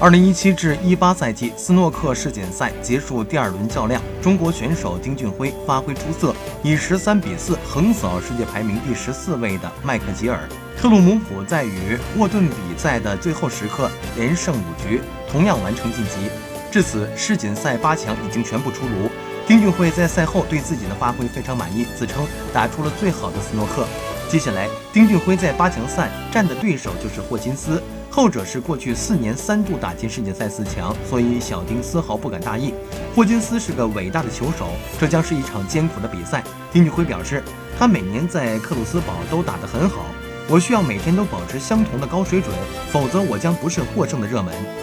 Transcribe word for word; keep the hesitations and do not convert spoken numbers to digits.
二零一七至一八赛季斯诺克世锦赛结束第二轮较量，中国选手丁俊晖发挥出色，以十三比四横扫世界排名第十四位的麦克吉尔。特鲁姆普在与沃顿比赛的最后时刻连胜五局，同样完成晋级。至此，世锦赛八强已经全部出炉。丁俊晖在赛后对自己的发挥非常满意，自称打出了最好的斯诺克。接下来，丁俊晖在八强赛战的对手就是霍金斯，后者是过去四年三度打进世锦赛四强，所以小丁丝毫不敢大意。霍金斯是个伟大的球手，这将是一场艰苦的比赛。丁俊晖表示，他每年在克鲁斯堡都打得很好，我需要每天都保持相同的高水准，否则我将不是获胜的热门。